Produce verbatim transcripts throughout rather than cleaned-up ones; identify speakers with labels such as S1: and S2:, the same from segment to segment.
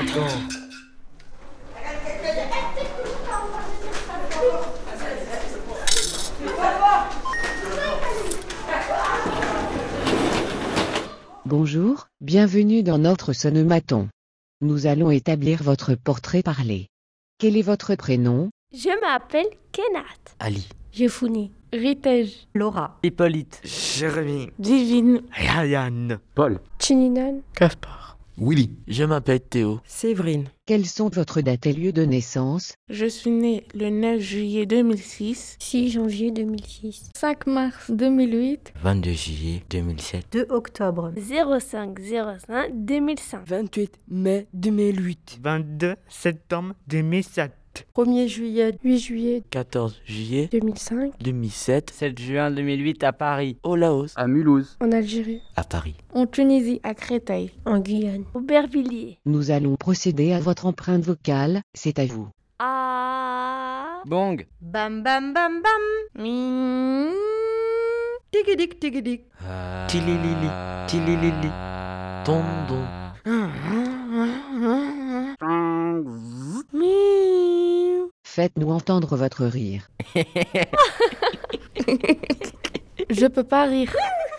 S1: Attends.
S2: Bonjour, bienvenue dans notre sonomaton. Nous allons établir votre portrait parlé. Quel est votre prénom?
S3: Je m'appelle Kenat.
S4: Ali.
S3: Jefouni.
S5: Ritej.
S6: Laura.
S4: Hippolyte.
S1: Jérémy.
S5: Divine.
S1: Ryan.
S4: Paul.
S3: Chininan.
S5: Gaspard.
S7: Willy.
S4: Je m'appelle Théo.
S5: Séverine.
S2: Quels sont votre date et lieu de naissance?
S8: Je suis née le neuf juillet deux mille six.
S3: six janvier deux mille six.
S5: cinq mars deux mille huit.
S4: vingt-deux juillet deux mille sept.
S6: deux octobre.
S3: zéro cinq zéro cinq deux mille cinq.
S5: vingt-huit mai deux mille huit.
S1: vingt-deux septembre deux mille sept.
S5: premier juillet.
S3: huit juillet
S4: quatorze juillet
S3: deux mille cinq.
S4: deux mille sept.
S9: sept juin deux mille huit à Paris.
S4: Au Laos.
S9: À Mulhouse.
S3: En Algérie.
S4: À Paris.
S5: En Tunisie.
S8: À Créteil.
S3: En Guyane. Aubervilliers.
S2: Nous allons procéder à votre empreinte vocale, c'est à vous.
S3: Ah.
S9: Bong.
S6: Bam bam bam bam.
S5: Ming. Tigidik tigidik.
S4: Ah. Tililili. Tililili. Tondon. Faites-nous entendre votre rire.
S5: Je peux pas rire.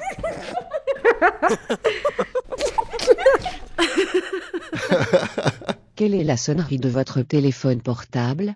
S2: Quelle est la sonnerie de votre téléphone portable?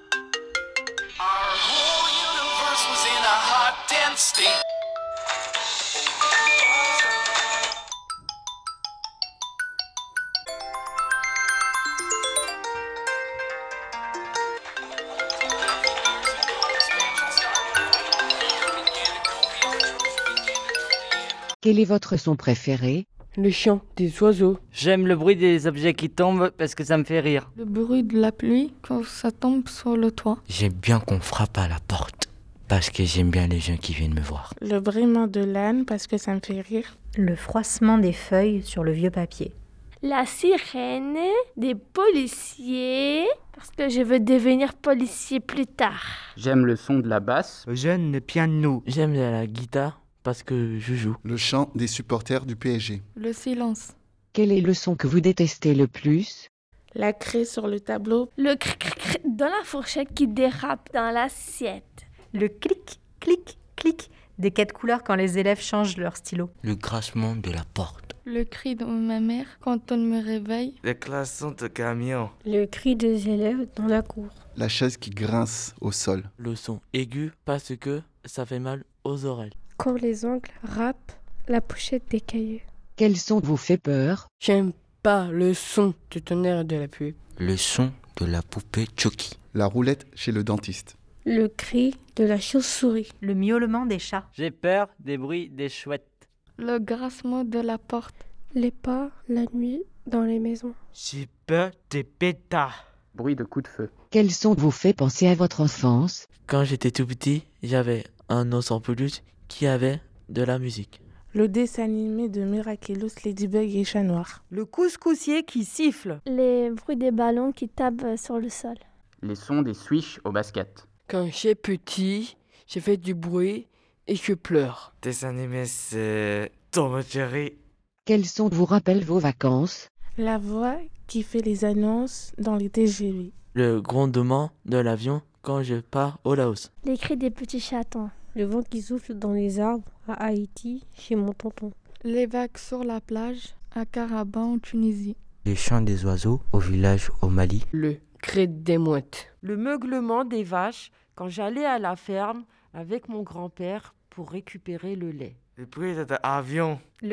S2: Quel est votre son préféré?
S5: Le chant des oiseaux.
S9: J'aime le bruit des objets qui tombent parce que ça me fait rire.
S5: Le bruit de la pluie quand ça tombe sur le toit.
S4: J'aime bien qu'on frappe à la porte parce que j'aime bien les gens qui viennent me voir.
S8: Le brûlement de l'âne parce que ça me fait rire.
S6: Le froissement des feuilles sur le vieux papier.
S3: La sirène des policiers parce que je veux devenir policier plus tard.
S9: J'aime le son de la basse.
S1: J'aime le piano.
S4: J'aime la guitare parce que je joue.
S7: Le chant des supporters du P S G.
S5: Le silence.
S2: Quel est le son que vous détestez le plus?
S8: La craie sur le tableau.
S3: Le cric cric cric dans la fourchette qui dérape dans l'assiette.
S6: Le clic, clic, clic des quatre couleurs quand les élèves changent leur stylo.
S4: Le grincement de la porte.
S5: Le cri de ma mère quand on me réveille.
S1: Les klaxons de camion.
S3: Le cri des élèves dans la cour.
S7: La chaise qui grince au sol.
S4: Le son aigu parce que ça fait mal aux oreilles.
S3: Quand les ongles râpent la pochette des cahiers.
S2: Quel son vous fait peur?
S5: J'aime pas le son du tonnerre de la pluie.
S4: Le son de la poupée Chucky.
S7: La roulette chez le dentiste.
S3: Le cri de la chauve-souris.
S6: Le miaulement des chats.
S9: J'ai peur des bruits des chouettes.
S5: Le grincement de la porte.
S3: Les pas la nuit dans les maisons.
S1: J'ai peur des pétards.
S9: Bruit de coups de feu.
S2: Quel son vous fait penser à votre enfance?
S4: Quand j'étais tout petit, j'avais un os en peluche qui avait de la musique.
S8: Le dessin animé de Miraculous, Ladybug et Chat Noir.
S10: Le couscoussier qui siffle.
S3: Les bruits des ballons qui tapent sur le sol.
S9: Les sons des swish au basket.
S5: Quand j'étais petit, j'ai fait du bruit et je pleure.
S1: Dessin animé, c'est Tom et Jerry.
S2: Quel son vous rappelle vos vacances?
S8: La voix qui fait les annonces dans les T G V.
S4: Le grondement de l'avion quand je pars au Laos.
S3: Les cris des petits chatons.
S11: Le vent qui souffle dans les arbres à Haïti, chez mon tonton.
S5: Les vagues sur la plage à Caraban en Tunisie.
S4: Les chants des oiseaux au village au Mali.
S5: Le cri des mouettes.
S10: Le meuglement des vaches quand j'allais à la ferme avec mon grand-père pour récupérer le lait.
S1: Le bruit de l'avion.
S6: Le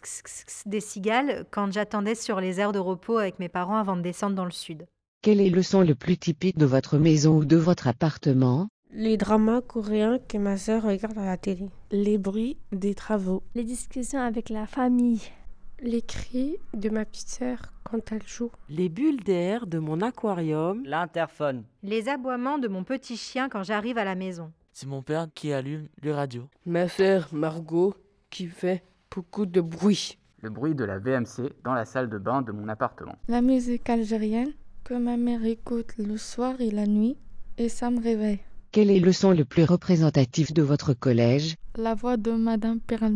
S6: x des cigales quand j'attendais sur les aires de repos avec mes parents avant de descendre dans le sud.
S2: Quel est le son le plus typique de votre maison ou de votre appartement?
S11: Les dramas coréens que ma sœur regarde à la télé.
S8: Les bruits des travaux.
S3: Les discussions avec la famille.
S11: Les cris de ma petite sœur quand elle joue.
S10: Les bulles d'air de mon aquarium.
S9: L'interphone.
S6: Les aboiements de mon petit chien quand j'arrive à la maison.
S4: C'est mon père qui allume le radio.
S5: Ma sœur Margot qui fait beaucoup de bruit.
S9: Le bruit de la V M C dans la salle de bain de mon appartement.
S5: La musique algérienne que ma mère écoute le soir et la nuit et ça me réveille.
S2: Quel est le son le plus représentatif de votre collège?
S5: La voix de Madame Perelman.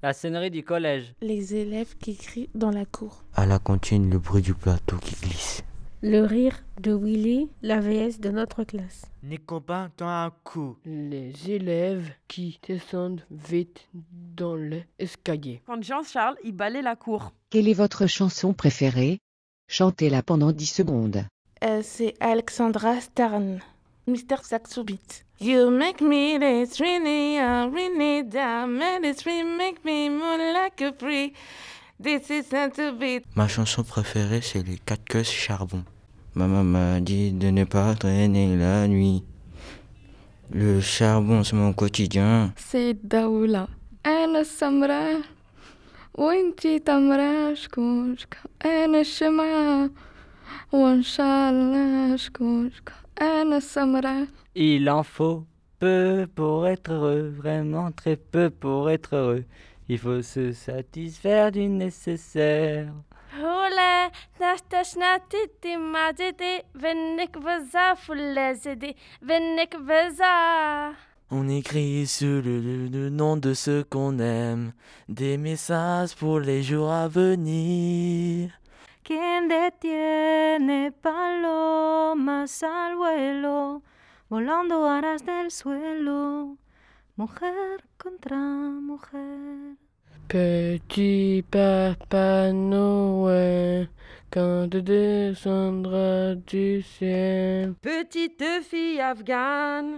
S9: La sonnerie du collège.
S8: Les élèves qui crient dans la cour.
S4: À la cantine, le bruit du plateau qui glisse.
S11: Le rire de Willy, la V S de notre classe.
S1: Les copains dans un coup.
S12: Les élèves qui descendent vite dans l'escalier.
S10: Quand Jean-Charles y balaye la cour.
S2: Quelle est votre chanson préférée? Chantez-la pendant dix secondes.
S8: Euh, c'est Alexandra Stern. mister Saxo Beat. You make me this really, uh, really down, and it's really make me more like a free. This is not to beat.
S4: Ma chanson préférée, c'est les quatre queues charbon. Maman m'a dit de ne pas traîner la nuit. Le charbon, c'est mon quotidien.
S5: C'est Daoula. أنا السمراء وانتي تمرة شكون شكون أنا الشمعة وإن شاء الله شكون شكون أنا السمراء.
S9: Il en faut peu pour être heureux, vraiment très peu pour être heureux. Il faut se satisfaire du nécessaire.
S3: هولا نشتشنا تيتي ما جدي بنك بزا فلا زدي بنك بزا.
S4: On écrit sur le, le, le nom de ceux qu'on aime, des messages pour les jours à venir.
S6: ¿Quién detiene palomas al vuelo, volando aras del suelo, mujer contra mujer?
S12: Petit Papa Noël, quand tu descendras du ciel.
S10: Petite fille afghane,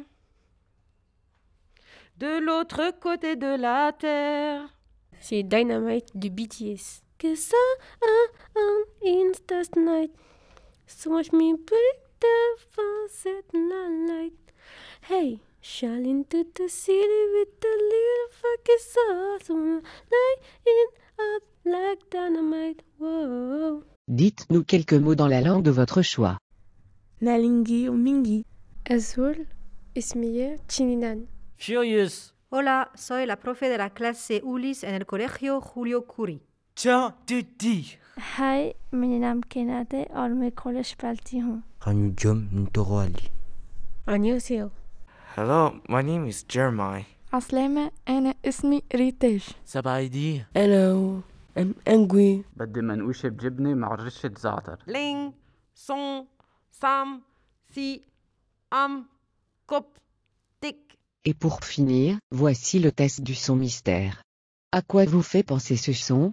S10: de l'autre côté de la terre.
S11: C'est Dynamite de B T S. Que ça, un, un, Insta's night. So watch me break the faucet and light. Hey, shall into the city with the little fucking sauce. Lighting up like dynamite. Whoa.
S2: Dites-nous quelques mots dans la langue de votre choix.
S8: Nalingi ou Mingi.
S11: Azul, Ismiye, Chininan.
S9: Furious.
S6: Hola, soy la profe de la clase Ulis en el colegio Julio Curie.
S1: Ciao, Tutti.
S3: हाय मेरा नाम केनात है और मैं कॉलेज पढ़ती हूँ.
S4: Ranudium Ntoro Ali.
S11: 안녕하세요.
S1: Hello, my name is Jeremiah.
S5: عسلامة أنا اسمي ريتاج.
S4: Sabaidi.
S12: Hello, I'm angry.
S9: بدي منقوشة بجبنة مع رشة زعتر.
S10: Ling, son, sam, si, am, kop, tik.
S2: Et pour finir, voici le test du son mystère. À quoi vous fait penser ce son?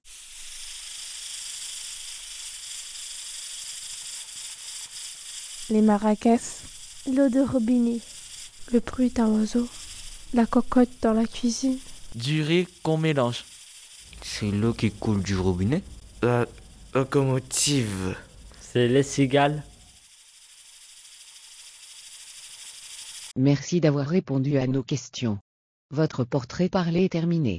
S5: Les maracas.
S3: L'eau de robinet.
S11: Le bruit d'un oiseau. La cocotte dans la cuisine.
S4: Du riz qu'on mélange. C'est l'eau qui coule du robinet.
S1: La locomotive.
S9: C'est les cigales.
S2: Merci d'avoir répondu à nos questions. Votre portrait parlé est terminé.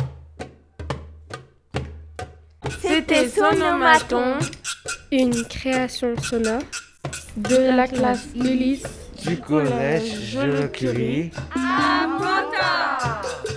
S3: C'était Sonomaton,
S11: une création sonore
S5: de la classe Ulysse
S1: du collège Julio Curie
S3: à Mota.